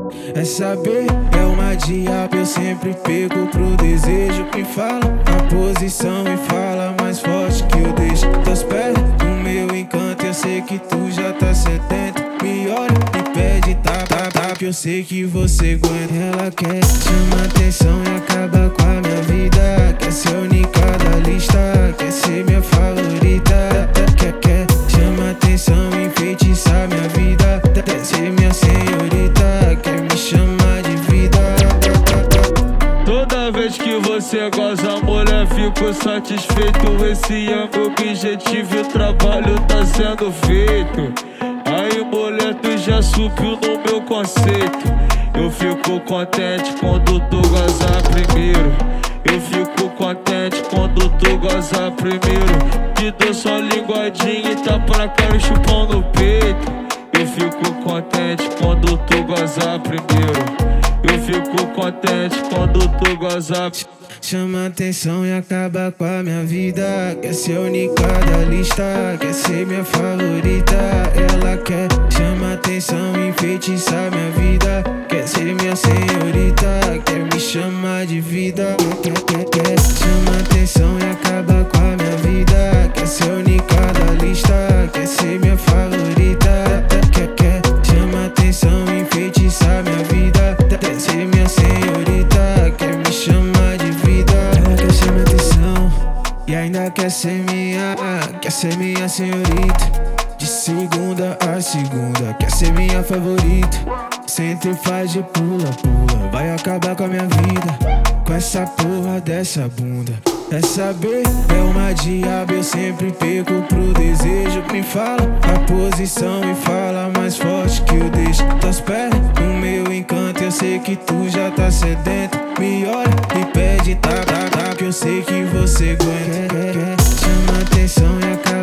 É saber, é uma diabo, eu sempre pego pro desejo. Me fala a posição e fala mais forte que eu deixo teus pés no meu encanto. Eu sei que tu já tá sedento. Me olha e pede tá, que eu sei que você aguenta. Ela quer chamar atenção e acaba com a minha vida. Quer ser única da lista, quer ser minha favorita. Quer chamar atenção e enfeitiçar minha vida. Quer ser minha senhorita, quer me chamar de vida. Toda vez que você goza, mulher, fico satisfeito. Esse é meu objetivo e o trabalho tá sendo feito. Aí, mulher, tu já subiu no meu conceito. Eu fico contente quando tu gozar primeiro. Eu fico contente quando tu gozar primeiro. Te dou só linguadinha e tá pra cara e chupão no peito. Eu fico contente quando tu gozar primeiro. Eu fico contente quando tu gozar. Chama atenção e acaba com a minha vida. Quer ser única da lista, quer ser minha favorita. Ela quer chamar atenção e enfeitiçar minha vida. Quer ser minha senhorita, quer me chamar de vida. Quer chamar atenção e acaba com a minha vida. Quer ser única da lista, quer ser minha favorita. Quer chamar atenção e enfeitiçar minha vida. Quer ser minha senhorita, quer me chamar de vida. Ela quer chamar atenção e ainda quer ser minha senhorita. De segunda a segunda, quer ser minha favorita. Senta e faz de pula, vai acabar com a minha vida. Com essa porra dessa bunda. É saber, é uma diabo, eu sempre pego pro desejo. Me fala a posição e fala mais forte que eu deixo teus pés no meu encanto. Eu sei que tu já tá sedento. Me olha e pede tá, que eu sei que você aguenta. Quer chamar atenção e acaba